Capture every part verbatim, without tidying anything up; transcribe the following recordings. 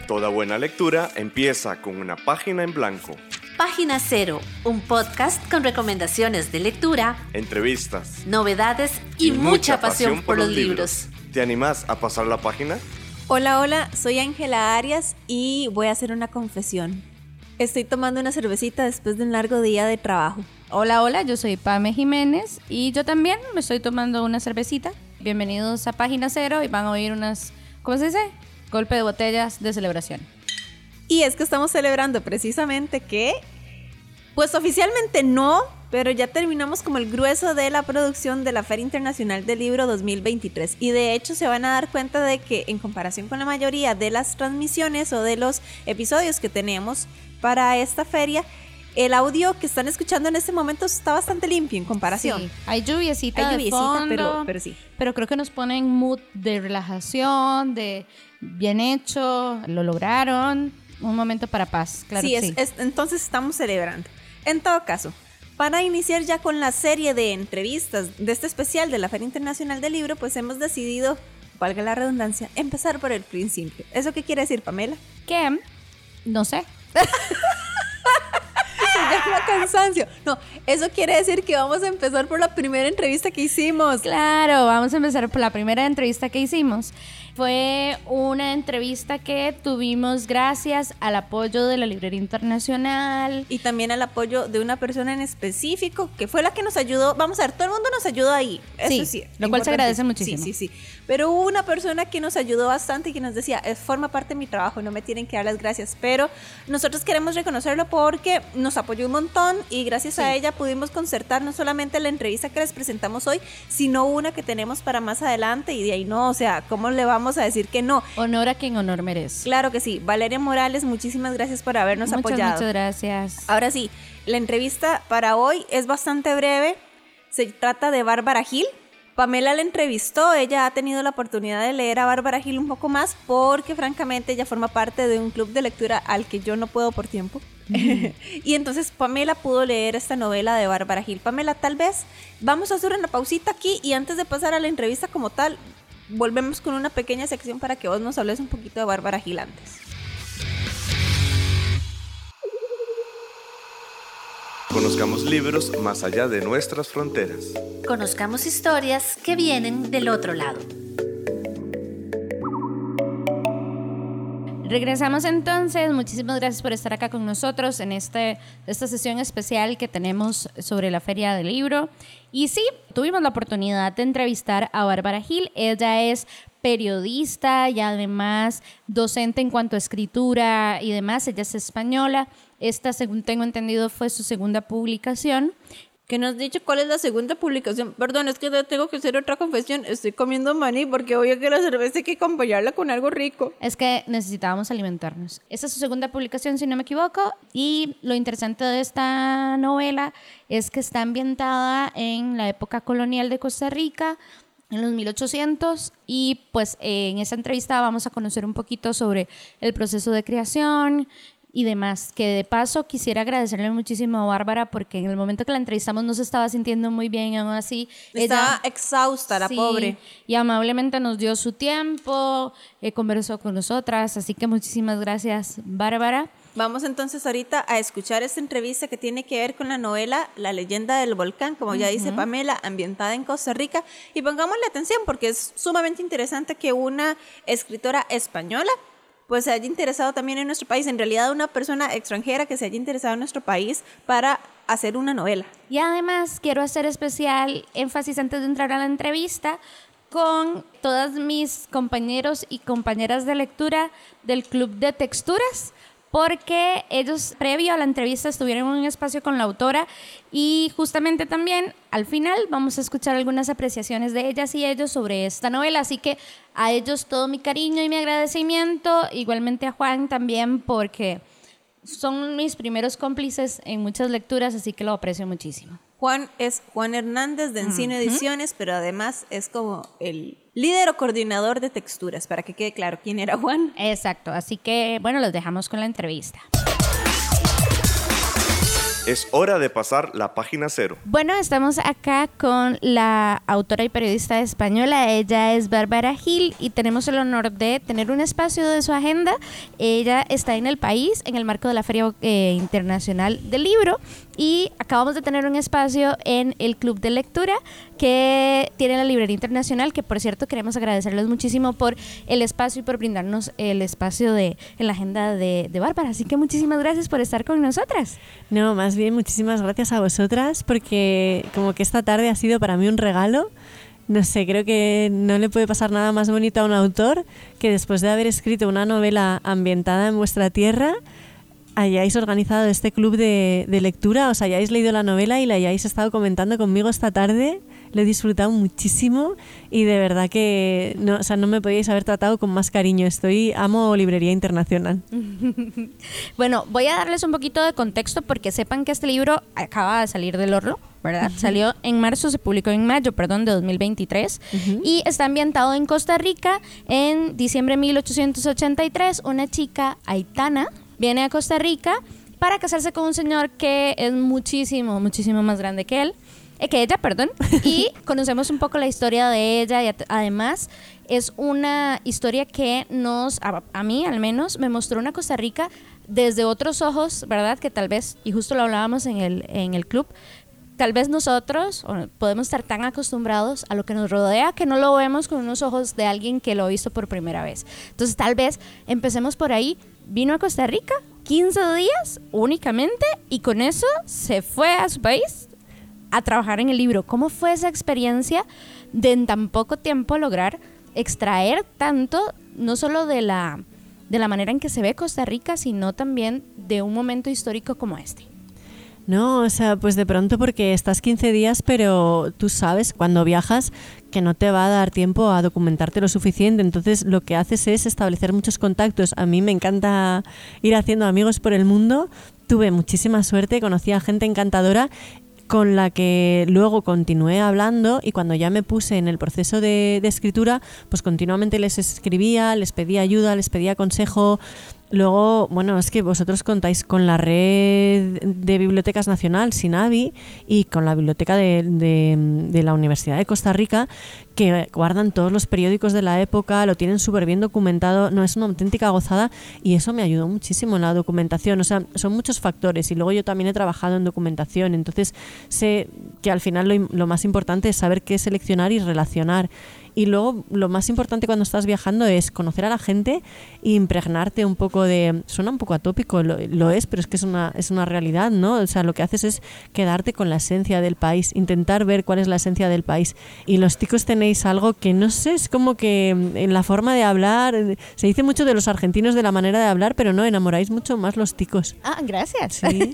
Toda buena lectura empieza con una página en blanco. Página Cero, un podcast con recomendaciones de lectura, entrevistas, novedades y, y mucha, mucha pasión, pasión por los libros. libros. ¿Te animás a pasar la página? Hola, hola, soy Ángela Arias y voy a hacer una confesión. Estoy tomando una cervecita después de un largo día de trabajo. Hola, hola, yo soy Pame Jiménez y yo también me estoy tomando una cervecita. Bienvenidos a Página Cero y van a oír unas, ¿cómo se dice? Golpe de botellas de celebración. Y es que estamos celebrando precisamente que, pues oficialmente no, pero ya terminamos como el grueso de la producción de la Feria Internacional del Libro dos mil veintitrés. Y de hecho se van a dar cuenta de que en comparación con la mayoría de las transmisiones o de los episodios que tenemos para esta feria, el audio que están escuchando en este momento está bastante limpio en comparación. Sí, hay lluviecita, hay lluviecita de fondo, pero, pero sí. Pero creo que nos pone en mood de relajación, de bien hecho, lo lograron, un momento para paz, claro. Sí, que es, sí. Es, entonces estamos celebrando. En todo caso, para iniciar ya con la serie de entrevistas de este especial de la Feria Internacional del Libro, pues hemos decidido, valga la redundancia, empezar por el principio. ¿Eso qué quiere decir, Pamela? Que, no sé. Se llama cansancio. No, eso quiere decir que vamos a empezar por la primera entrevista que hicimos. Claro, vamos a empezar por la primera entrevista que hicimos. Fue una entrevista que tuvimos gracias al apoyo de la Librería Internacional. Y también al apoyo de una persona en específico, que fue la que nos ayudó. Vamos a ver, todo el mundo nos ayudó ahí. Eso sí, sí. Lo importante. Cual se agradece muchísimo. Sí, sí, sí. Pero hubo una persona que nos ayudó bastante y que nos decía, forma parte de mi trabajo, no me tienen que dar las gracias. Pero nosotros queremos reconocerlo porque nos apoyó un montón y gracias sí. a ella pudimos concertar no solamente la entrevista que les presentamos hoy, sino una que tenemos para más adelante y de ahí no, o sea, ¿cómo le vamos a decir que no? Honor a quien honor merece. Claro que sí. Valeria Morales, muchísimas gracias por habernos muchas, apoyado. Muchas gracias. Ahora sí, la entrevista para hoy es bastante breve. Se trata de Bárbara Gil. Pamela la entrevistó, ella ha tenido la oportunidad de leer a Bárbara Gil un poco más porque francamente ella forma parte de un club de lectura al que yo no puedo por tiempo. Mm. Y entonces Pamela pudo leer esta novela de Bárbara Gil. Pamela, tal vez vamos a hacer una pausita aquí y antes de pasar a la entrevista como tal, volvemos con una pequeña sección para que vos nos hables un poquito de Bárbara Gil antes. Conozcamos libros más allá de nuestras fronteras. Conozcamos historias que vienen del otro lado. Regresamos entonces, muchísimas gracias por estar acá con nosotros en este, esta sesión especial que tenemos sobre la Feria del Libro. Y sí, tuvimos la oportunidad de entrevistar a Bárbara Gil. Ella es periodista y además docente en cuanto a escritura y demás. Ella es española. Esta, según tengo entendido, fue su segunda publicación. ¿Qué nos has dicho cuál es la segunda publicación? Perdón, es que tengo que hacer otra confesión. Estoy comiendo maní porque oye que la cerveza hay que acompañarla con algo rico. Es que necesitábamos alimentarnos. Esta es su segunda publicación, si no me equivoco. Y lo interesante de esta novela es que está ambientada en la época colonial de Costa Rica, en los mil ochocientos, y pues en esa entrevista vamos a conocer un poquito sobre el proceso de creación y demás, que de paso quisiera agradecerle muchísimo a Bárbara porque en el momento que la entrevistamos no se estaba sintiendo muy bien y aún así estaba ella, exhausta la sí, pobre, y amablemente nos dio su tiempo, eh, conversó con nosotras, así que muchísimas gracias, Bárbara. Vamos entonces ahorita a escuchar esta entrevista que tiene que ver con la novela La leyenda del volcán, como ya uh-huh. dice Pamela, ambientada en Costa Rica, y pongámosle atención porque es sumamente interesante que una escritora española pues se haya interesado también en nuestro país, en realidad una persona extranjera que se haya interesado en nuestro país para hacer una novela. Y además quiero hacer especial énfasis antes de entrar a la entrevista con todas mis compañeros y compañeras de lectura del Club de Texturas, porque ellos previo a la entrevista estuvieron en un espacio con la autora y justamente también al final vamos a escuchar algunas apreciaciones de ellas y ellos sobre esta novela, así que a ellos todo mi cariño y mi agradecimiento, igualmente a Juan también porque son mis primeros cómplices en muchas lecturas, así que lo aprecio muchísimo. Juan es Juan Hernández de Encino uh-huh. Ediciones, pero además es como el líder o coordinador de Texturas, para que quede claro quién era Juan. Exacto, así que bueno, los dejamos con la entrevista. Es hora de pasar la página cero. Bueno, estamos acá con la autora y periodista española. Ella es Bárbara Gil y tenemos el honor de tener un espacio de su agenda. Ella está en el país en el marco de la Feria eh, Internacional del Libro y acabamos de tener un espacio en el Club de Lectura que tiene la Librería Internacional, que por cierto queremos agradecerles muchísimo por el espacio y por brindarnos el espacio de, en la agenda de, de Bárbara. Así que muchísimas gracias por estar con nosotras. No, más bien muchísimas gracias a vosotras, porque como que esta tarde ha sido para mí un regalo. No sé, creo que no le puede pasar nada más bonito a un autor que después de haber escrito una novela ambientada en vuestra tierra, hayáis organizado este club de, de lectura, os hayáis leído la novela y la hayáis estado comentando conmigo esta tarde. Lo he disfrutado muchísimo y de verdad que no, o sea, no me podíais haber tratado con más cariño. Estoy, amo Librería Internacional. Bueno, voy a darles un poquito de contexto porque sepan que este libro acaba de salir del horno, ¿verdad? Uh-huh. Salió en marzo, se publicó en mayo, perdón, de dos mil veintitrés uh-huh. y está ambientado en Costa Rica. En diciembre de mil ochocientos ochenta y tres, una chica, Aitana, viene a Costa Rica para casarse con un señor que es muchísimo, muchísimo más grande que él, eh, que ella, perdón, y conocemos un poco la historia de ella y además es una historia que nos, a, a mí al menos, me mostró una Costa Rica desde otros ojos, ¿verdad? Que tal vez, y justo lo hablábamos en el, en el club, tal vez nosotros podemos estar tan acostumbrados a lo que nos rodea que no lo vemos con unos ojos de alguien que lo ha visto por primera vez. Entonces tal vez empecemos por ahí. Vino a Costa Rica quince días únicamente y con eso se fue a su país a trabajar en el libro. ¿Cómo fue esa experiencia de en tan poco tiempo lograr extraer tanto, no solo de la, de la manera en que se ve Costa Rica, sino también de un momento histórico como este? No, o sea, pues de pronto porque estás quince días, pero tú sabes cuando viajas que no te va a dar tiempo a documentarte lo suficiente, entonces lo que haces es establecer muchos contactos. A mí me encanta ir haciendo amigos por el mundo, tuve muchísima suerte, conocí a gente encantadora con la que luego continué hablando y cuando ya me puse en el proceso de, de escritura, pues continuamente les escribía, les pedía ayuda, les pedía consejo. Luego, bueno, es que vosotros contáis con la red de Bibliotecas Nacional, SINABI, y con la biblioteca de, de, de la Universidad de Costa Rica, que guardan todos los periódicos de la época, lo tienen súper bien documentado, no, es una auténtica gozada y eso me ayudó muchísimo en la documentación. O sea, son muchos factores y luego yo también he trabajado en documentación, entonces sé que al final lo, lo más importante es saber qué seleccionar y relacionar. Y luego lo más importante cuando estás viajando es conocer a la gente e impregnarte un poco de... Suena un poco atópico, lo, lo es, pero es que es una, es una realidad, ¿no? O sea, lo que haces es quedarte con la esencia del país, intentar ver cuál es la esencia del país. Y los ticos tenéis algo que no sé, es como que en la forma de hablar... Se dice mucho de los argentinos de la manera de hablar, pero no, enamoráis mucho más los ticos. Ah, gracias. Sí.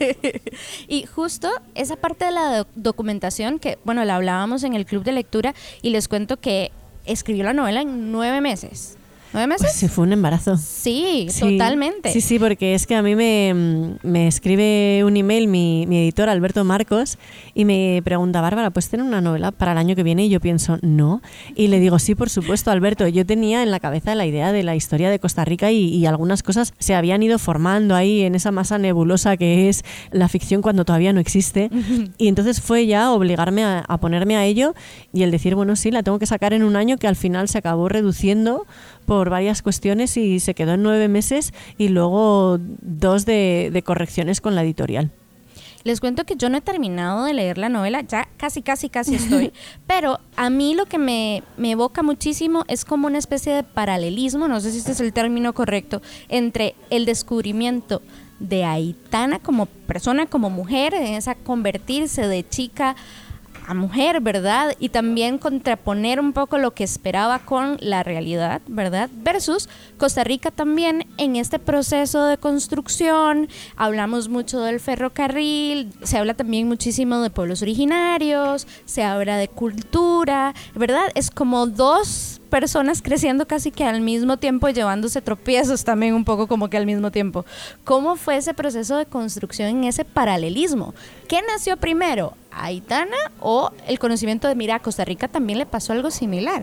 Y justo esa parte de la doc- documentación que, bueno, la hablábamos en el club de lectura y les cuento que escribió la novela en nueve meses. ¿Nueve meses? Pues sí, fue un embarazo. Sí, sí, totalmente. Sí, sí, porque es que a mí me, me escribe un email mi, mi editor, Alberto Marcos, y me pregunta, Bárbara, ¿puedes tener una novela para el año que viene? Y yo pienso, no. Y le digo, sí, por supuesto, Alberto. Yo tenía en la cabeza la idea de la historia de Costa Rica y, y algunas cosas se habían ido formando ahí en esa masa nebulosa que es la ficción cuando todavía no existe. Uh-huh. Y entonces fue ya obligarme a, a ponerme a ello y el decir, bueno, sí, la tengo que sacar en un año, que al final se acabó reduciendo por varias cuestiones y se quedó en nueve meses y luego dos de, de correcciones con la editorial. Les cuento que yo no he terminado de leer la novela, ya casi, casi, casi estoy, pero a mí lo que me, me evoca muchísimo es como una especie de paralelismo, no sé si este es el término correcto, entre el descubrimiento de Aitana como persona, como mujer, en esa convertirse de chica a mujer, ¿verdad? Y también contraponer un poco lo que esperaba con la realidad, ¿verdad? Versus Costa Rica también en este proceso de construcción. Hablamos mucho del ferrocarril, se habla también muchísimo de pueblos originarios, se habla de cultura, ¿verdad? Es como dos personas creciendo casi que al mismo tiempo y llevándose tropiezos también un poco como que al mismo tiempo. ¿Cómo fue ese proceso de construcción en ese paralelismo? ¿Qué nació primero? ¿Aitana o el conocimiento de, mira, a Costa Rica también le pasó algo similar?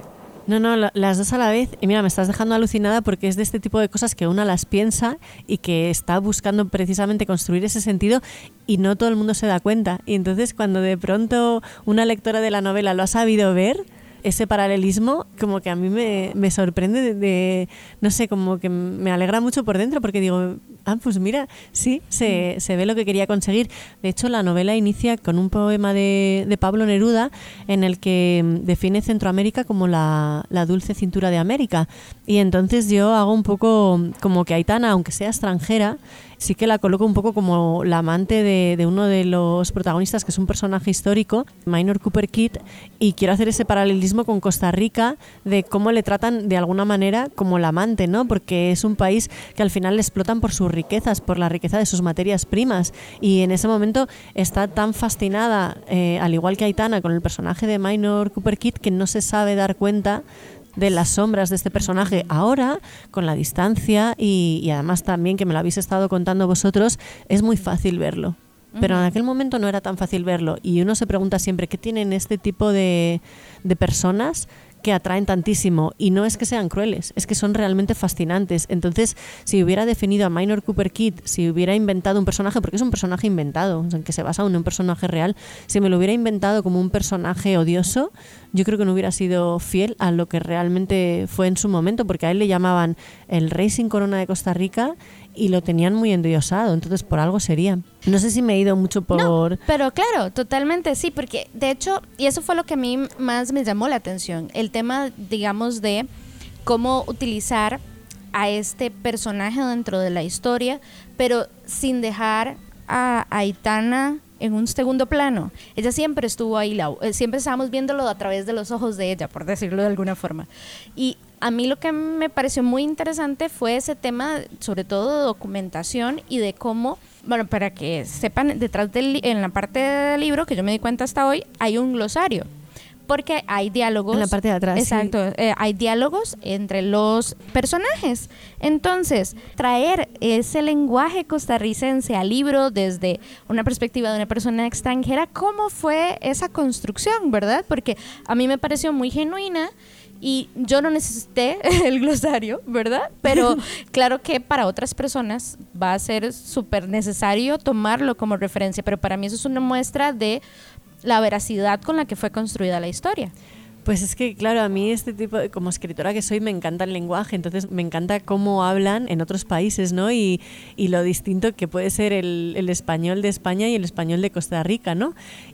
No, no, la- las dos a la vez. Y mira, me estás dejando alucinada porque es de este tipo de cosas que una las piensa y que está buscando precisamente construir ese sentido y no todo el mundo se da cuenta. Y entonces cuando de pronto una lectora de la novela lo ha sabido ver, ese paralelismo como que a mí me, me sorprende de, de, no sé, como que me alegra mucho por dentro porque digo, ah, pues mira, sí, se, se ve lo que quería conseguir. De hecho, la novela inicia con un poema de, de Pablo Neruda en el que define Centroamérica como la, la dulce cintura de América. Y entonces yo hago un poco como que Aitana, aunque sea extranjera, sí que la coloco un poco como la amante de, de uno de los protagonistas, que es un personaje histórico, Minor Cooper Kidd, y quiero hacer ese paralelismo con Costa Rica, de cómo le tratan de alguna manera como la amante, ¿no? Porque es un país que al final le explotan por sus riquezas, por la riqueza de sus materias primas, y en ese momento está tan fascinada, eh, al igual que Aitana, con el personaje de Minor Cooper Kidd, que no se sabe dar cuenta de las sombras de este personaje. Ahora, con la distancia y, y además también que me lo habéis estado contando vosotros, es muy fácil verlo. Pero en aquel momento no era tan fácil verlo. Y uno se pregunta siempre, ¿qué tienen este tipo de, de personas que atraen tantísimo? Y no es que sean crueles, es que son realmente fascinantes. Entonces, si hubiera definido a Minor Cooper Kidd, si hubiera inventado un personaje, porque es un personaje inventado, o sea, que se basa en un personaje real, si me lo hubiera inventado como un personaje odioso, yo creo que no hubiera sido fiel a lo que realmente fue en su momento, porque a él le llamaban el rey sin corona de Costa Rica y lo tenían muy endiosado, entonces por algo sería. No sé si me he ido mucho por... No, pero claro, totalmente sí, porque de hecho, y eso fue lo que a mí más me llamó la atención, el tema, digamos, de cómo utilizar a este personaje dentro de la historia, pero sin dejar a Aitana en un segundo plano. Ella siempre estuvo ahí, la, siempre estábamos viéndolo a través de los ojos de ella, por decirlo de alguna forma. Y a mí lo que me pareció muy interesante fue ese tema, sobre todo de documentación y de cómo, bueno, para que sepan, detrás del, en la parte del libro, que yo me di cuenta hasta hoy, hay un glosario. Porque hay diálogos. En la parte de atrás. Exacto. Sí. Eh, hay diálogos entre los personajes. Entonces, traer ese lenguaje costarricense al libro desde una perspectiva de una persona extranjera, ¿cómo fue esa construcción, verdad? Porque a mí me pareció muy genuina. Y yo no necesité el glosario, ¿verdad? Pero claro que para otras personas va a ser súper necesario tomarlo como referencia. Pero para mí eso es una muestra de la veracidad con la que fue construida la historia. Pues es que, claro, a mí este tipo, de, como escritora que soy, me encanta el lenguaje, entonces me encanta cómo hablan en otros países, ¿no? Y, y lo distinto que puede ser el, el español de España y el español de Costa Rica, ¿no?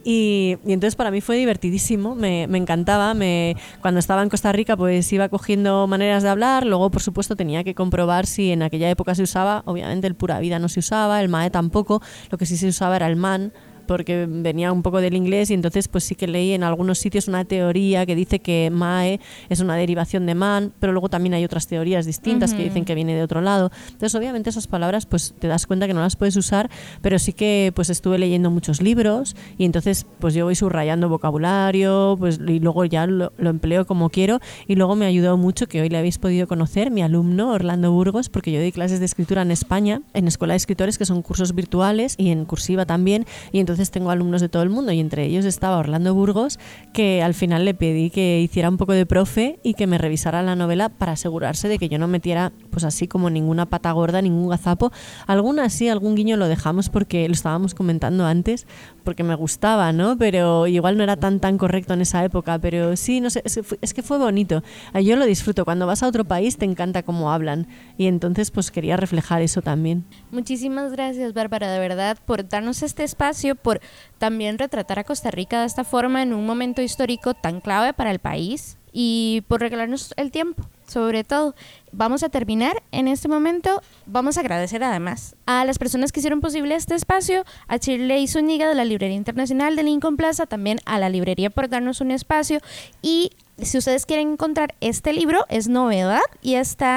Y, y entonces para mí fue divertidísimo, me, me encantaba. Me, cuando estaba en Costa Rica, pues iba cogiendo maneras de hablar, luego, por supuesto, tenía que comprobar si en aquella época se usaba, obviamente el pura vida no se usaba, el mae tampoco, lo que sí se usaba era el man, porque venía un poco del inglés, y entonces pues sí que leí en algunos sitios una teoría que dice que mae es una derivación de man, pero luego también hay otras teorías distintas uh-huh. que dicen que viene de otro lado. Entonces obviamente esas palabras pues te das cuenta que no las puedes usar, pero sí que pues estuve leyendo muchos libros y entonces pues yo voy subrayando vocabulario, pues y luego ya lo, lo empleo como quiero, y luego me ayudó mucho que hoy le habéis podido conocer, mi alumno Orlando Burgos, porque yo doy clases de escritura en España, en Escuela de Escritores, que son cursos virtuales, y en cursiva también, y entonces Entonces tengo alumnos de todo el mundo y entre ellos estaba Orlando Burgos, que al final le pedí que hiciera un poco de profe y que me revisara la novela para asegurarse de que yo no metiera pues así como ninguna pata gorda, ningún gazapo. Alguna sí, algún guiño lo dejamos porque lo estábamos comentando antes, porque me gustaba, ¿no? Pero igual no era tan tan correcto en esa época, pero sí, no sé, es, es que fue bonito. Yo lo disfruto. Cuando vas a otro país te encanta cómo hablan y entonces pues quería reflejar eso también. Muchísimas gracias, Bárbara, de verdad, por darnos este espacio, por también retratar a Costa Rica de esta forma en un momento histórico tan clave para el país y por regalarnos el tiempo. Sobre todo, vamos a terminar en este momento. Vamos a agradecer además a las personas que hicieron posible este espacio, a Shirley Zúñiga de la Librería Internacional de Lincoln Plaza, también a la librería por darnos un espacio. Y si ustedes quieren encontrar este libro, es novedad y está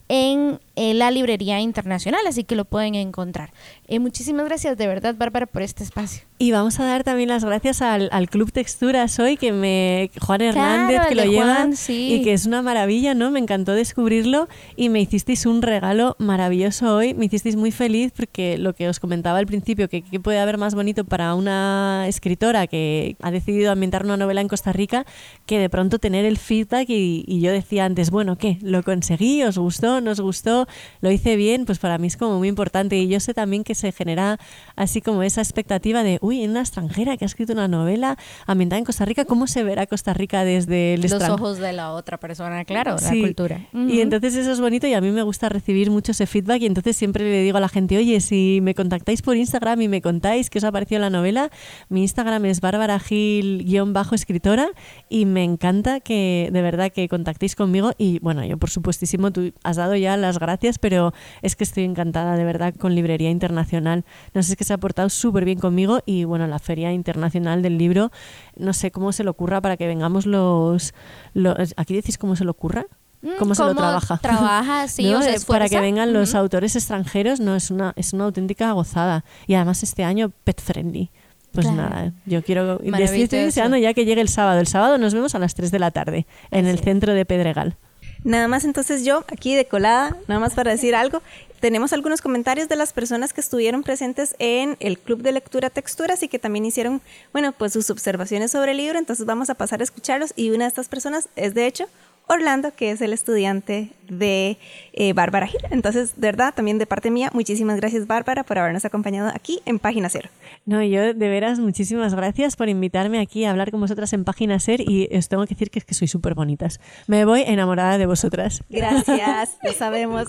en eh, la librería internacional, así que lo pueden encontrar. Eh, muchísimas gracias de verdad, Bárbara, por este espacio. Y vamos a dar también las gracias al, al Club Texturas hoy, que me Juan Hernández, Claro, que lo de lleva Juan, sí. y que es una maravilla, ¿no? Me encantó descubrirlo y me hicisteis un regalo maravilloso hoy, me hicisteis muy feliz porque lo que os comentaba al principio, que qué puede haber más bonito para una escritora que ha decidido ambientar una novela en Costa Rica que de pronto tener el feedback y, y yo decía antes, bueno, ¿qué? ¿Lo conseguí? ¿Os gustó? ¿No os gustó? ¿Lo hice bien? Pues para mí es como muy importante y yo sé también que se genera así como esa expectativa de uy, una extranjera que ha escrito una novela ambientada en Costa Rica, ¿cómo se verá Costa Rica desde el Los extranjero? ojos de la otra persona, claro, Sí. la cultura. Uh-huh. Y entonces eso es bonito y a mí me gusta recibir mucho ese feedback y entonces siempre le digo a la gente, oye, si me contactáis por Instagram y me contáis qué os ha parecido la novela, mi Instagram es Bárbara Gil-escritora y me encanta que de verdad que contactéis conmigo y bueno, yo por supuestísimo, tú has dado ya las gracias, pero es que estoy encantada de verdad con Librería Internacional. No sé, es que se ha portado súper bien conmigo y bueno, la Feria Internacional del Libro, no sé cómo se le ocurra para que vengamos los... los ¿aquí decís cómo se le ocurra? ¿Cómo se lo trabaja? Trabaja, sí, ¿No? o se Es para que esfuerza. vengan los Ujú. autores extranjeros, no, es una, es una auténtica gozada. Y además este año pet friendly. Pues Claro. nada, yo quiero... Estoy, Maravilloso. estoy deseando ya que llegue el sábado. El sábado nos vemos a las tres de la tarde en el centro de Pedregal. Nada más entonces yo, aquí de colada, nada más para decir algo, tenemos algunos comentarios de las personas que estuvieron presentes en el Club de Lectura Texturas y que también hicieron, bueno, pues sus observaciones sobre el libro, entonces vamos a pasar a escucharlos y una de estas personas es de hecho Orlando, que es el estudiante de eh, Bárbara Gil. Entonces, de verdad, también de parte mía, muchísimas gracias Bárbara por habernos acompañado aquí en Página Cero. No, yo de veras muchísimas gracias por invitarme aquí a hablar con vosotras en Página Ser y os tengo que decir que es que sois súper bonitas. Me voy enamorada de vosotras. Gracias, lo sabemos.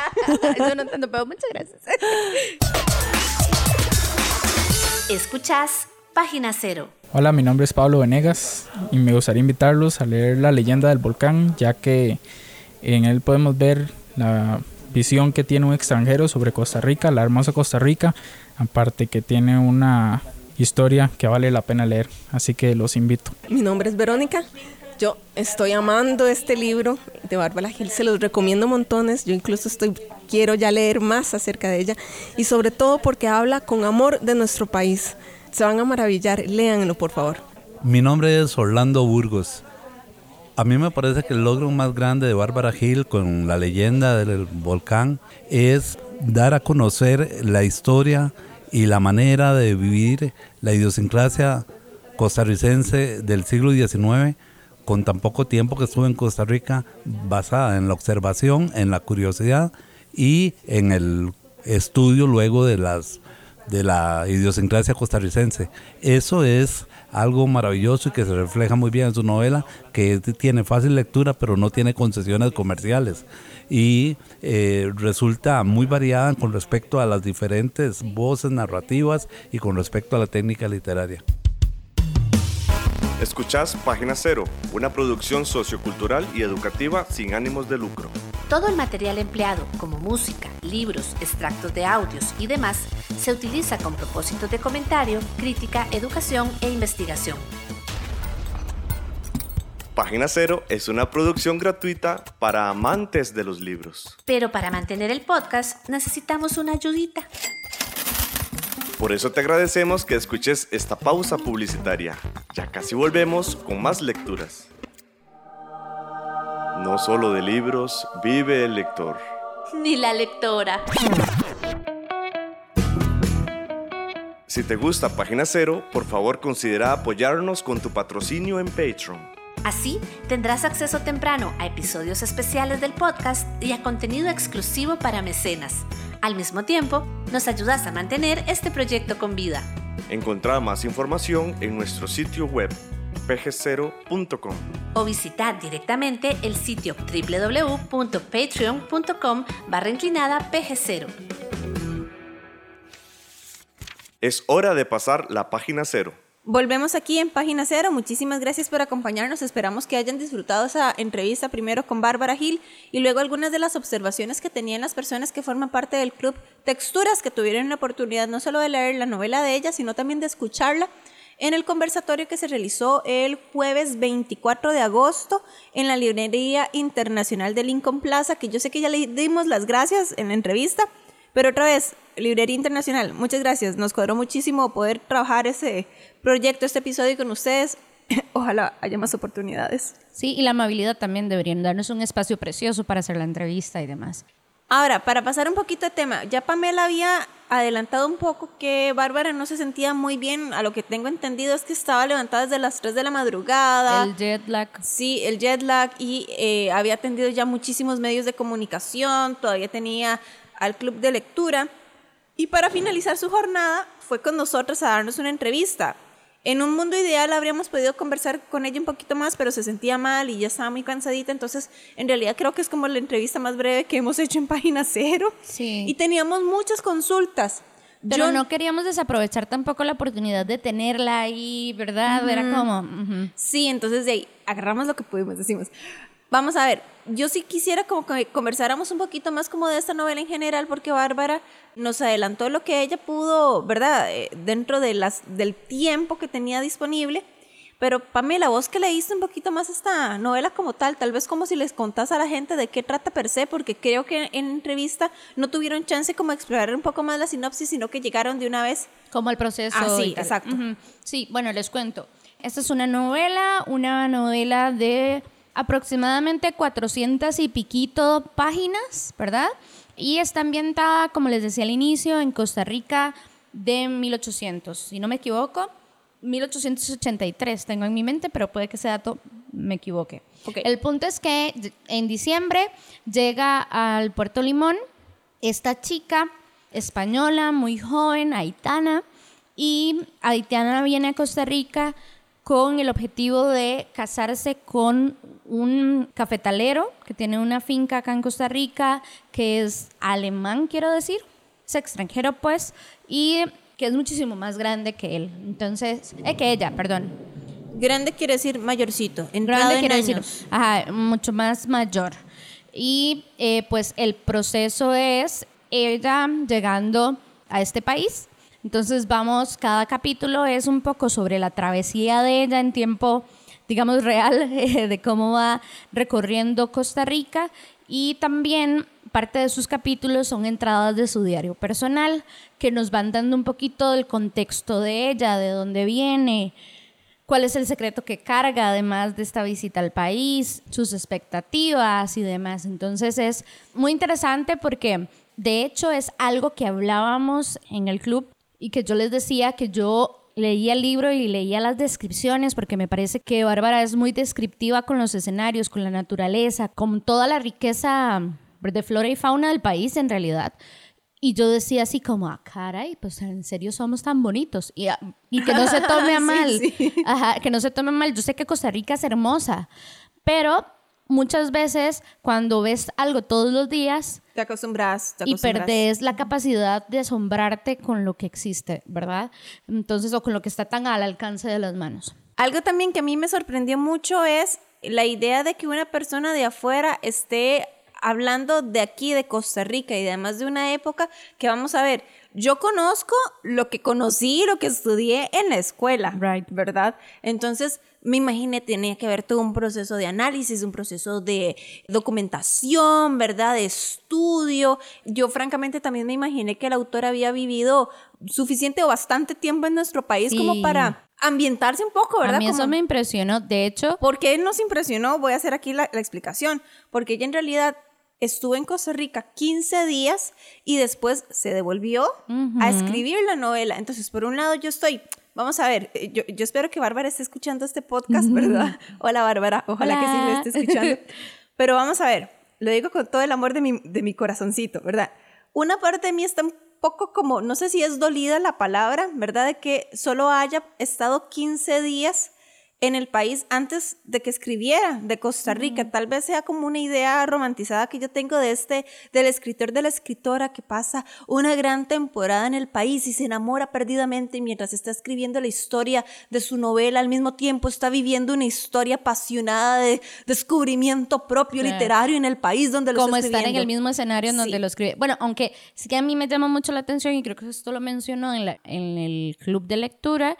Yo no entiendo, pero muchas gracias. Escuchás Página Cero. Hola, mi nombre es Pablo Venegas y me gustaría invitarlos a leer La leyenda del volcán, ya que en él podemos ver la visión que tiene un extranjero sobre Costa Rica, la hermosa Costa Rica, aparte que tiene una historia que vale la pena leer, así que los invito. Mi nombre es Verónica, yo estoy amando este libro de Bárbara Gil, se los recomiendo montones, yo incluso estoy, quiero ya leer más acerca de ella y sobre todo porque habla con amor de nuestro país. Se van a maravillar, léanlo por favor. Mi nombre es Orlando Burgos. A mí me parece que el logro más grande de Bárbara Gil con La leyenda del volcán es dar a conocer la historia y la manera de vivir la idiosincrasia costarricense del siglo diecinueve con tan poco tiempo que estuve en Costa Rica, basada en la observación, en la curiosidad y en el estudio luego de las de la idiosincrasia costarricense. Eso es algo maravilloso y que se refleja muy bien en su novela, que tiene fácil lectura pero no tiene concesiones comerciales y eh, resulta muy variada con respecto a las diferentes voces narrativas y con respecto a la técnica literaria. Escuchás Página Cero, una producción sociocultural y educativa sin ánimos de lucro. Todo el material empleado, como música, libros, extractos de audios y demás, se utiliza con propósitos de comentario, crítica, educación e investigación. Página Cero es una producción gratuita para amantes de los libros. Pero para mantener el podcast necesitamos una ayudita. Por eso te agradecemos que escuches esta pausa publicitaria. Ya casi volvemos con más lecturas. No solo de libros vive el lector. Ni la lectora. Si te gusta Página Cero, por favor considera apoyarnos con tu patrocinio en Patreon. Así tendrás acceso temprano a episodios especiales del podcast y a contenido exclusivo para mecenas. Al mismo tiempo, nos ayudas a mantener este proyecto con vida. Encontrá más información en nuestro sitio web p g cero punto com o visitar directamente el sitio w w w punto patreon punto com barra inclinada p g cero. Es hora de pasar la página cero. Volvemos aquí en Página Cero. Muchísimas gracias por acompañarnos. Esperamos que hayan disfrutado esa entrevista primero con Bárbara Gil y luego algunas de las observaciones que tenían las personas que forman parte del Club Texturas, que tuvieron la oportunidad no solo de leer la novela de ella, sino también de escucharla en el conversatorio que se realizó el jueves veinticuatro de agosto en la Librería Internacional de Lincoln Plaza, que yo sé que ya le dimos las gracias en la entrevista, pero otra vez, Librería Internacional, muchas gracias. Nos cuadró muchísimo poder trabajar ese proyecto, este episodio con ustedes. Ojalá haya más oportunidades. Sí, y la amabilidad también deberían darnos un espacio precioso para hacer la entrevista y demás. Ahora, para pasar un poquito de tema, ya Pamela había adelantado un poco que Bárbara no se sentía muy bien. A lo que tengo entendido es que estaba levantada desde las tres de la madrugada. El jet lag. Sí, el jet lag, y eh, había atendido ya muchísimos medios de comunicación, todavía tenía al club de lectura. Y para finalizar su jornada fue con nosotros a darnos una entrevista. En un mundo ideal habríamos podido conversar con ella un poquito más, pero se sentía mal y ya estaba muy cansadita, entonces en realidad creo que es como la entrevista más breve que hemos hecho en Página Cero. Sí. Y teníamos muchas consultas. Pero Yo, no queríamos desaprovechar tampoco la oportunidad de tenerla ahí, ¿verdad? Uh-huh. Era como... Uh-huh. Sí, entonces de ahí agarramos lo que pudimos, decimos... Vamos a ver, yo sí quisiera como que conversáramos un poquito más como de esta novela en general, porque Bárbara nos adelantó lo que ella pudo, ¿verdad? Eh, dentro de las, del tiempo que tenía disponible. Pero Pamela, vos que leíste un poquito más esta novela como tal, tal vez como si les contás a la gente de qué trata per se, porque creo que en entrevista no tuvieron chance como de explorar un poco más la sinopsis, sino que llegaron de una vez. Como el proceso. Ah, sí, exacto. Uh-huh. Sí, bueno, les cuento. Esta es una novela, una novela de... aproximadamente cuatrocientas y piquito páginas, ¿verdad? Y está ambientada, como les decía al inicio, en Costa Rica de mil ochocientos, si no me equivoco, mil ochocientos ochenta y tres tengo en mi mente, pero puede que ese dato me equivoque. Okay. El punto es que en diciembre llega al Puerto Limón esta chica española, muy joven, haitiana, y haitiana viene a Costa Rica con el objetivo de casarse con un cafetalero que tiene una finca acá en Costa Rica, que es alemán, quiero decir, es extranjero pues, y que es muchísimo más grande que él, entonces, eh, que ella, perdón. Grande quiere decir mayorcito, entrado grande en quiere años. decir, ajá, mucho más mayor. Y eh, pues el proceso es ella llegando a este país. Entonces vamos, cada capítulo es un poco sobre la travesía de ella en tiempo, digamos, real, eh, de cómo va recorriendo Costa Rica, y también parte de sus capítulos son entradas de su diario personal que nos van dando un poquito del contexto de ella, de dónde viene, cuál es el secreto que carga además de esta visita al país, sus expectativas y demás. Entonces es muy interesante porque de hecho es algo que hablábamos en el club y que yo les decía que yo leía el libro y leía las descripciones porque me parece que Bárbara es muy descriptiva con los escenarios, con la naturaleza, con toda la riqueza de flora y fauna del país en realidad. Y yo decía así como, ah, caray, pues en serio somos tan bonitos. Y, y que no se tome a mal. Sí, sí. Ajá, que no se tome mal. Yo sé que Costa Rica es hermosa, pero muchas veces cuando ves algo todos los días... Te acostumbras, te acostumbras. Y perdés la capacidad de asombrarte con lo que existe, ¿verdad? Entonces, o con lo que está tan al alcance de las manos. Algo también que a mí me sorprendió mucho es la idea de que una persona de afuera esté hablando de aquí, de Costa Rica, y además de una época que, vamos a ver, yo conozco lo que conocí, lo que estudié en la escuela, right. ¿verdad? Entonces, me imaginé, tenía que haber todo un proceso de análisis, un proceso de documentación, ¿verdad? De estudio. Yo, francamente, también me imaginé que el autor había vivido suficiente o bastante tiempo en nuestro país sí. como para ambientarse un poco, ¿verdad? A mí eso como, me impresionó, de hecho. ¿Por qué nos impresionó? Voy a hacer aquí la, la explicación. Porque ella en realidad estuvo en Costa Rica quince días y después se devolvió uh-huh. a escribir la novela. Entonces, por un lado, yo estoy... Vamos a ver, yo, yo espero que Bárbara esté escuchando este podcast, ¿verdad? Hola, Bárbara, ojalá Hola. que sí lo esté escuchando. Pero vamos a ver, lo digo con todo el amor de mi, de mi corazoncito, ¿verdad? Una parte de mí está un poco como, no sé si es dolida la palabra, ¿verdad? De que solo haya estado quince días en el país antes de que escribiera de Costa Rica. Mm. Tal vez sea como una idea romantizada que yo tengo de este, del escritor, de la escritora que pasa una gran temporada en el país y se enamora perdidamente mientras está escribiendo la historia de su novela. Al mismo tiempo está viviendo una historia apasionada de descubrimiento propio, sí. literario en el país donde lo como está escribiendo. Como estar en el mismo escenario en donde sí. lo escribe. Bueno, aunque sí que a mí me llama mucho la atención y creo que esto lo mencionó en, la, en el club de lectura,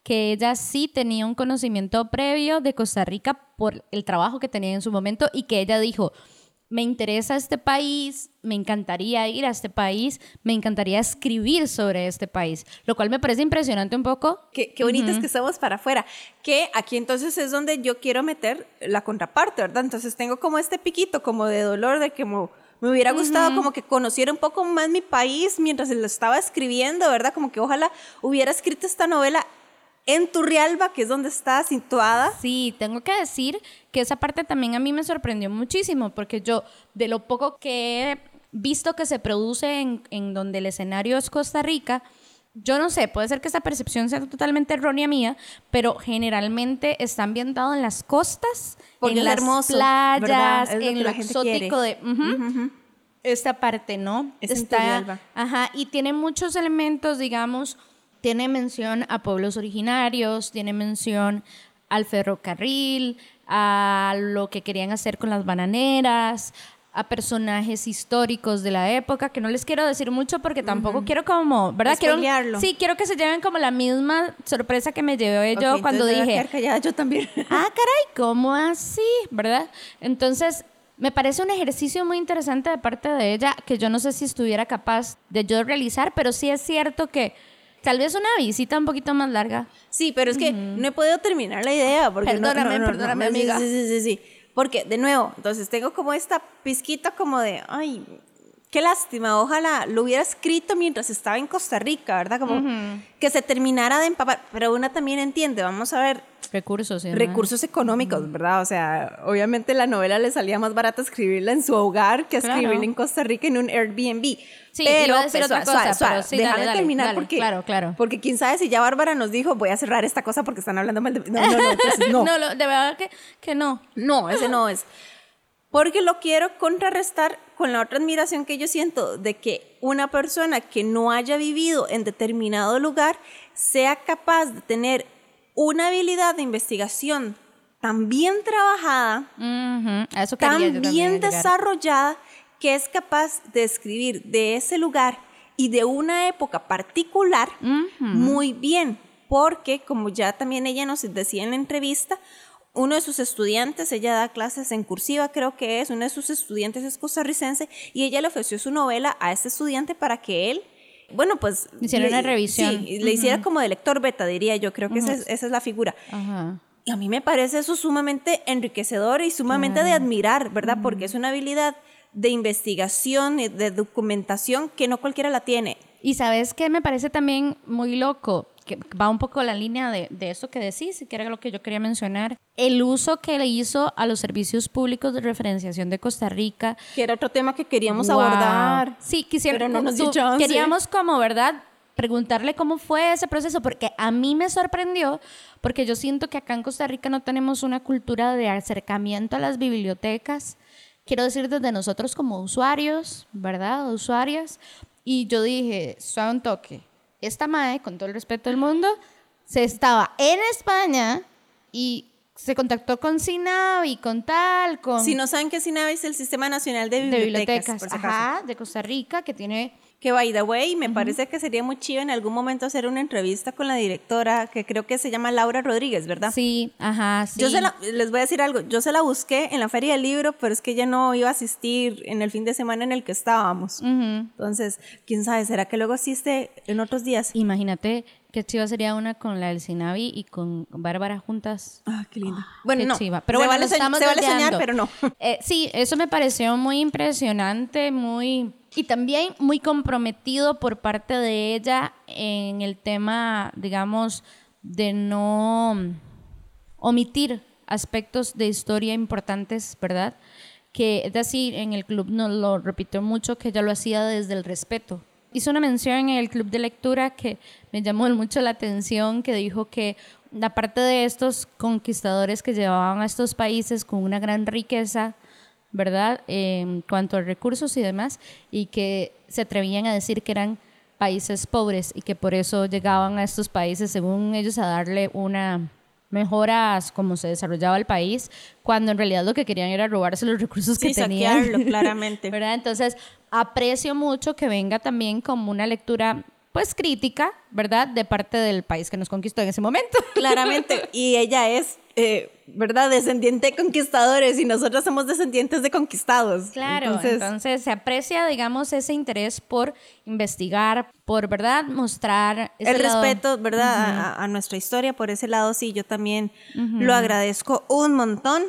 que ella sí tenía un conocimiento previo de Costa Rica por el trabajo que tenía en su momento y que ella dijo, me interesa este país, me encantaría ir a este país, me encantaría escribir sobre este país, lo cual me parece impresionante un poco. Qué, qué bonitas uh-huh. que estamos para afuera, que aquí entonces es donde yo quiero meter la contraparte, ¿verdad? Entonces tengo como este piquito como de dolor de que como, me hubiera gustado uh-huh. como que conociera un poco más mi país mientras lo estaba escribiendo, ¿verdad? Como que ojalá hubiera escrito esta novela en Turrialba, que es donde está situada. Sí, tengo que decir que esa parte también a mí me sorprendió muchísimo, porque yo, de lo poco que he visto que se produce en, en donde el escenario es Costa Rica, yo no sé, puede ser que esa percepción sea totalmente errónea mía, pero generalmente está ambientado en las costas, porque en las hermoso, playas, lo en lo exótico quiere. de... Uh-huh, uh-huh. Esta parte, ¿no? Es está, ajá, y tiene muchos elementos, digamos... Tiene mención a pueblos originarios, tiene mención al ferrocarril, a lo que querían hacer con las bananeras, a personajes históricos de la época, que no les quiero decir mucho porque tampoco uh-huh. quiero como, ¿verdad? Quiero, sí, quiero que se lleven como la misma sorpresa que me llevé yo okay, cuando dije... Callada, yo también. Ah, caray, ¿cómo así? ¿Verdad? Entonces... Me parece un ejercicio muy interesante de parte de ella que yo no sé si estuviera capaz de yo realizar, pero sí es cierto que tal vez una visita un poquito más larga. Sí, pero es que uh-huh. no he podido terminar la idea. Porque perdóname, no, no, no, perdóname, no, amiga. Sí, sí, sí, sí. Porque, de nuevo, entonces tengo como esta pizquita como de, ay, qué lástima, ojalá lo hubiera escrito mientras estaba en Costa Rica, ¿verdad? Como uh-huh. que se terminara de empapar. Pero una también entiende, vamos a ver... Recursos, ¿sí? Recursos económicos, uh-huh. ¿verdad? O sea, obviamente la novela le salía más barata escribirla en su hogar que claro. escribirla en Costa Rica en un Airbnb. Sí, pero, iba a decir pero otra suave, cosa, suave, pero sí, déjame dale, dale, terminar dale, porque, claro, claro. porque quién sabe si ya Bárbara nos dijo, voy a cerrar esta cosa porque están hablando mal de... No, no, no, entonces no. no, lo, de verdad que, que no. No, ese no es. Porque lo quiero contrarrestar con la otra admiración que yo siento de que una persona que no haya vivido en determinado lugar sea capaz de tener una habilidad de investigación tan bien trabajada, uh-huh. A eso tan bien desarrollada, que es capaz de escribir de ese lugar y de una época particular uh-huh. muy bien. Porque, como ya también ella nos decía en la entrevista, uno de sus estudiantes, ella da clases en cursiva, creo que es, uno de sus estudiantes es costarricense, y ella le ofreció su novela a este estudiante para que él, bueno, pues... hiciera una revisión. Sí, uh-huh. le hiciera como de lector beta, diría yo, creo que uh-huh. esa, es, esa es la figura. Uh-huh. Y a mí me parece eso sumamente enriquecedor y sumamente uh-huh. de admirar, ¿verdad? Uh-huh. Porque es una habilidad de investigación, de documentación que no cualquiera la tiene. Y ¿sabes qué? Me parece también muy loco, que va un poco la línea de, de eso que decís, que era lo que yo quería mencionar, el uso que le hizo a los servicios públicos de referenciación de Costa Rica. Que era otro tema que queríamos wow. abordar. Sí, quisiera, pero no nos tú, dio chance. Queríamos como, ¿verdad?, preguntarle cómo fue ese proceso, porque a mí me sorprendió, porque yo siento que acá en Costa Rica no tenemos una cultura de acercamiento a las bibliotecas, quiero decir desde nosotros como usuarios, ¿verdad?, usuarias, y yo dije, suave un toque, esta mae, con todo el respeto del mundo, se estaba en España y se contactó con SINAVI, con tal, con... Si no saben que SINAVI es el Sistema Nacional de Bibliotecas, de bibliotecas, por si ajá, acaso. de Costa Rica, que tiene... Que, by the way, me uh-huh. parece que sería muy chido en algún momento hacer una entrevista con la directora, que creo que se llama Laura Rodríguez, ¿verdad? Sí, ajá, sí. Yo se la, les voy a decir algo, yo se la busqué en la Feria del Libro, pero es que ella no iba a asistir en el fin de semana en el que estábamos. Uh-huh. Entonces, quién sabe, ¿será que luego asiste en otros días? Imagínate qué chiva sería una con la del SINAVI y con Bárbara juntas. Ah, qué linda. Bueno, qué no, chiva. Pero se bueno, vale, estamos se vale soñar, pero no. Eh, sí, eso me pareció muy impresionante, muy... Y también muy comprometido por parte de ella en el tema, digamos, de no omitir aspectos de historia importantes, ¿verdad? Que es decir, en el club nos lo repitió mucho, que ella lo hacía desde el respeto. Hizo una mención en el club de lectura que me llamó mucho la atención, que dijo que aparte de estos conquistadores que llevaban a estos países con una gran riqueza, ¿verdad?, eh, en cuanto a recursos y demás, y que se atrevían a decir que eran países pobres y que por eso llegaban a estos países, según ellos, a darle una mejora a cómo se desarrollaba el país, cuando en realidad lo que querían era robarse los recursos sí, que tenían. Saquearlo, claramente. ¿Verdad? Entonces, aprecio mucho que venga también como una lectura pues crítica, ¿verdad? De parte del país que nos conquistó en ese momento. Claramente, y ella es, eh, ¿verdad? Descendiente de conquistadores y nosotros somos descendientes de conquistados. Claro, entonces, entonces se aprecia, digamos, ese interés por investigar, por, ¿verdad? Mostrar ese el lado. respeto, ¿verdad? Uh-huh. a, a nuestra historia, por ese lado sí, yo también uh-huh. lo agradezco un montón.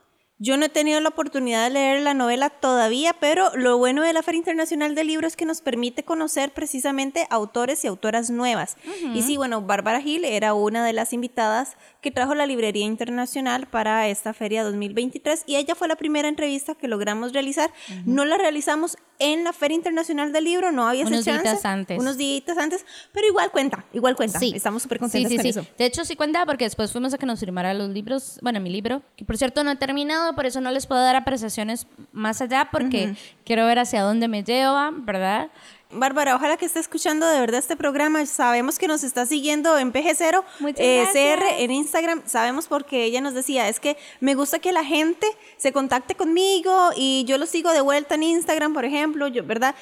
Yo no he tenido la oportunidad de leer la novela todavía, pero lo bueno de la Feria Internacional del Libro es que nos permite conocer precisamente autores y autoras nuevas. Uh-huh. Y sí, bueno, Bárbara Gil era una de las invitadas que trajo la Librería Internacional para esta feria dos mil veintitrés y ella fue la primera entrevista que logramos realizar. Uh-huh. No la realizamos en la Feria Internacional del Libro, no había unos esa chance. días antes. Unos días antes, pero igual cuenta, igual cuenta. Sí. Estamos súper contentos sí, sí, con sí. eso. De hecho, sí cuenta porque después fuimos a que nos firmara los libros, bueno, mi libro, que por cierto no he terminado, por eso no les puedo dar apreciaciones más allá porque uh-huh. quiero ver hacia dónde me lleva, ¿verdad? Bárbara, ojalá que esté escuchando de verdad este programa. Sabemos que nos está siguiendo en P G cero, eh, C R, en Instagram. Sabemos porque ella nos decía, es que me gusta que la gente se contacte conmigo y yo lo sigo de vuelta en Instagram, por ejemplo, yo, ¿verdad?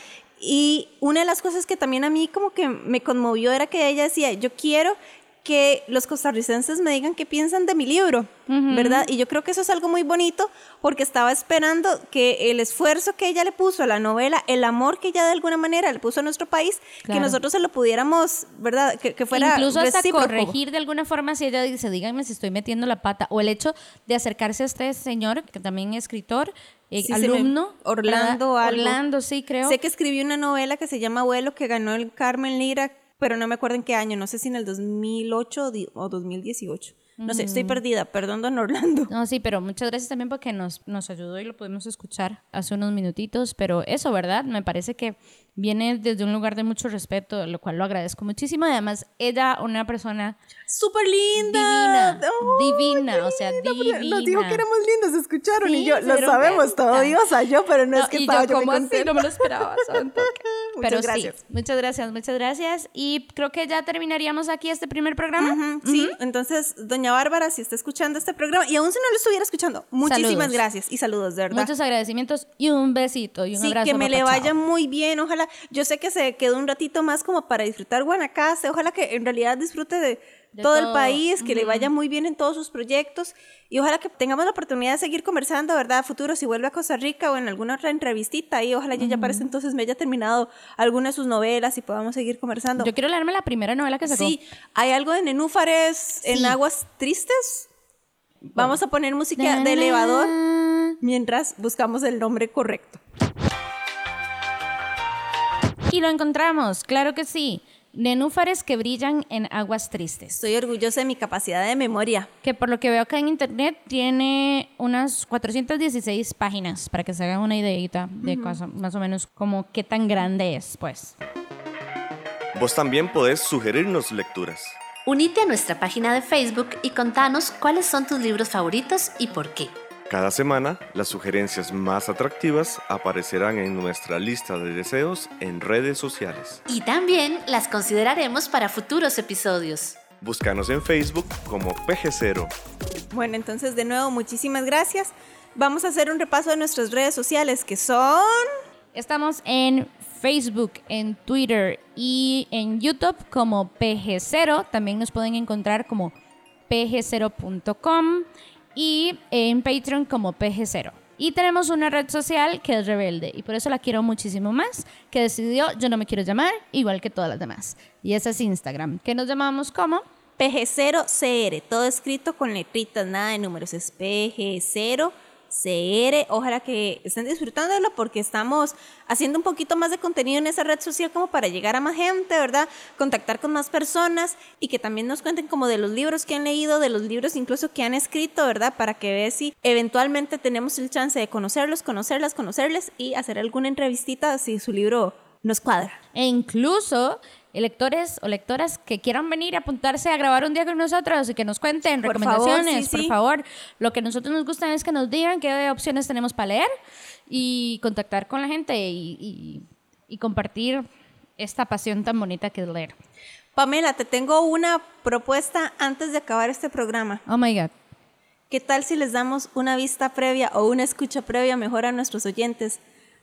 Y una de las cosas que también a mí como que me conmovió era que ella decía, yo quiero que los costarricenses me digan qué piensan de mi libro, uh-huh. ¿verdad? Y yo creo que eso es algo muy bonito porque estaba esperando que el esfuerzo que ella le puso a la novela, el amor que ella de alguna manera le puso a nuestro país, claro. que nosotros se lo pudiéramos, ¿verdad? Que, que fuera incluso hasta recíproco. Corregir de alguna forma si ella dice, díganme si estoy metiendo la pata, o el hecho de acercarse a este señor, que también es escritor, eh, sí, alumno. Orlando algo. Orlando, sí, creo. Sé que escribió una novela que se llama Abuelo, que ganó el Carmen Lira, pero no me acuerdo en qué año, no sé si en el dos mil ocho o dos mil dieciocho. No sé, estoy perdida, perdón, don Orlando. No, sí, pero muchas gracias también porque nos, nos ayudó y lo pudimos escuchar hace unos minutitos, pero eso, ¿verdad? Me parece que viene desde un lugar de mucho respeto, lo cual lo agradezco muchísimo, y además ella, una persona súper linda, divina, oh, divina, o sea, divina. Nos dijo que éramos lindos, escucharon, sí, y yo, lo sabemos, todo diosa yo, pero no, no es que y estaba yo, yo como muy así, contenta. no me lo esperaba, pero gracias. Sí, muchas gracias, muchas gracias, y creo que ya terminaríamos aquí este primer programa. Uh-huh, uh-huh. Sí, entonces, doña Bárbara, si está escuchando este programa, y aún si no lo estuviera escuchando, muchísimas saludos. Gracias, y saludos, de verdad. Muchos agradecimientos, y un besito, y un sí, abrazo. Sí, que me papá, le vaya chao. muy bien, ojalá, yo sé que se quedó un ratito más como para disfrutar Guanacaste, ojalá que en realidad disfrute de, de todo, todo el país, que uh-huh. le vaya muy bien en todos sus proyectos, y ojalá que tengamos la oportunidad de seguir conversando, ¿verdad? A futuro, si vuelve a Costa Rica o en alguna otra entrevistita, y ojalá uh-huh. yo ya para ese entonces me haya terminado alguna de sus novelas y podamos seguir conversando. Yo quiero leerme la primera novela que sacó. Sí, hay algo de Nenúfares sí. en Aguas Tristes. Vamos a poner música de elevador mientras buscamos el nombre correcto. Y lo encontramos, claro que sí. Nenúfares que brillan en aguas tristes. Estoy orgullosa de mi capacidad de memoria. Que por lo que veo acá en internet tiene unas cuatrocientas dieciséis páginas, para que se hagan una ideita de uh-huh. cosa, más o menos como qué tan grande es, pues. Vos también podés sugerirnos lecturas. Unite a nuestra página de Facebook y contanos cuáles son tus libros favoritos y por qué. Cada semana, las sugerencias más atractivas aparecerán en nuestra lista de deseos en redes sociales. Y también las consideraremos para futuros episodios. Búscanos en Facebook como P G cero. Bueno, entonces de nuevo, muchísimas gracias. Vamos a hacer un repaso de nuestras redes sociales, que son... Estamos en Facebook, en Twitter y en YouTube como P G cero. También nos pueden encontrar como P G cero punto com. Y en Patreon como P G cero. Y tenemos una red social que es rebelde, y por eso la quiero muchísimo más, que decidió yo no me quiero llamar igual que todas las demás. Y esa es Instagram, que nos llamamos como P G cero C R, todo escrito con letritas, nada de números, es P G cero C R. Ojalá que estén disfrutándolo porque estamos haciendo un poquito más de contenido en esa red social como para llegar a más gente, ¿verdad? Contactar con más personas y que también nos cuenten como de los libros que han leído, de los libros incluso que han escrito, ¿verdad? Para que vean si eventualmente tenemos el chance de conocerlos, conocerlas, conocerles y hacer alguna entrevistita si su libro nos cuadra. E incluso lectores o lectoras que quieran venir a apuntarse a grabar un día con nosotros y que nos cuenten por recomendaciones, favor, sí, por sí. favor. Lo que a nosotros nos gusta es que nos digan qué opciones tenemos para leer y contactar con la gente y, y, y compartir esta pasión tan bonita que es leer. Pamela, te tengo una propuesta antes de acabar este programa. Oh my God. ¿Qué tal si les damos una vista previa o una escucha previa mejor a nuestros oyentes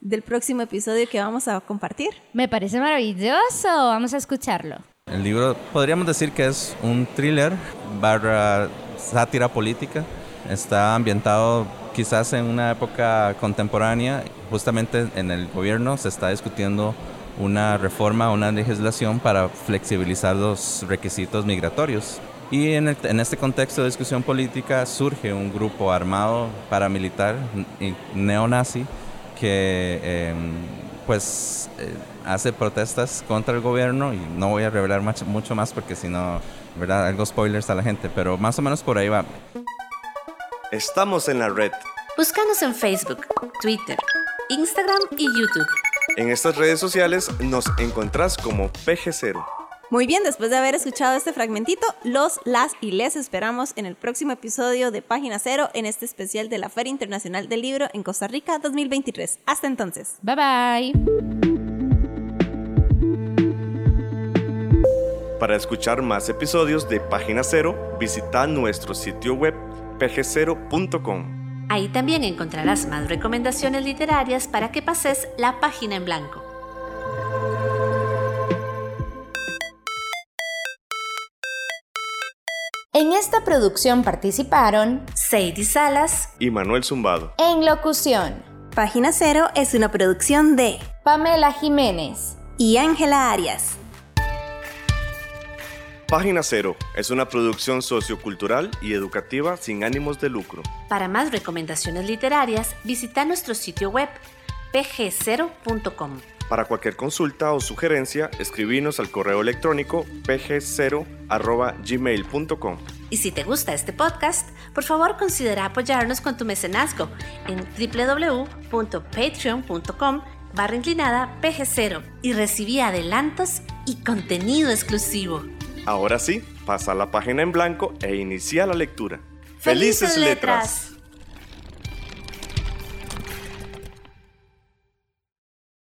del próximo episodio que vamos a compartir? Me parece maravilloso. Vamos a escucharlo. El libro podríamos decir que es un thriller barra sátira política. Está ambientado quizás en una época contemporánea. Justamente en el gobierno se está discutiendo una reforma, una legislación para flexibilizar los requisitos migratorios. Y en, el, en este contexto de discusión política surge un grupo armado paramilitar neonazi que eh, pues eh, hace protestas contra el gobierno, y no voy a revelar mucho, mucho más porque si no, ¿verdad? Algo spoilers a la gente, pero más o menos por ahí va. Estamos en la red. Búscanos en Facebook, Twitter, Instagram y YouTube. En estas redes sociales nos encontrás como P G cero. Muy bien, después de haber escuchado este fragmentito, los, las y les esperamos en el próximo episodio de Página Cero en este especial de la Feria Internacional del Libro en Costa Rica dos mil veintitrés. Hasta entonces. Bye bye. Para escuchar más episodios de Página Cero, visita nuestro sitio web p g cero punto com. Ahí también encontrarás más recomendaciones literarias para que pases la página en blanco. En esta producción participaron Sadie Salas Y Manuel Zumbado. en locución Página Cero es una producción de Pamela Jiménez. y Ángela Arias. Página Cero es una producción sociocultural y educativa sin ánimos de lucro. Para más recomendaciones literarias, visita nuestro sitio web p g cero punto com. Para cualquier consulta o sugerencia, escribinos al correo electrónico p g cero arroba gmail punto com. Y si te gusta este podcast, por favor considera apoyarnos con tu mecenazgo en w w w punto patreon punto com barra inclinada p g cero y recibí adelantos y contenido exclusivo. Ahora sí, pasa la página en blanco e inicia la lectura. ¡Felices letras!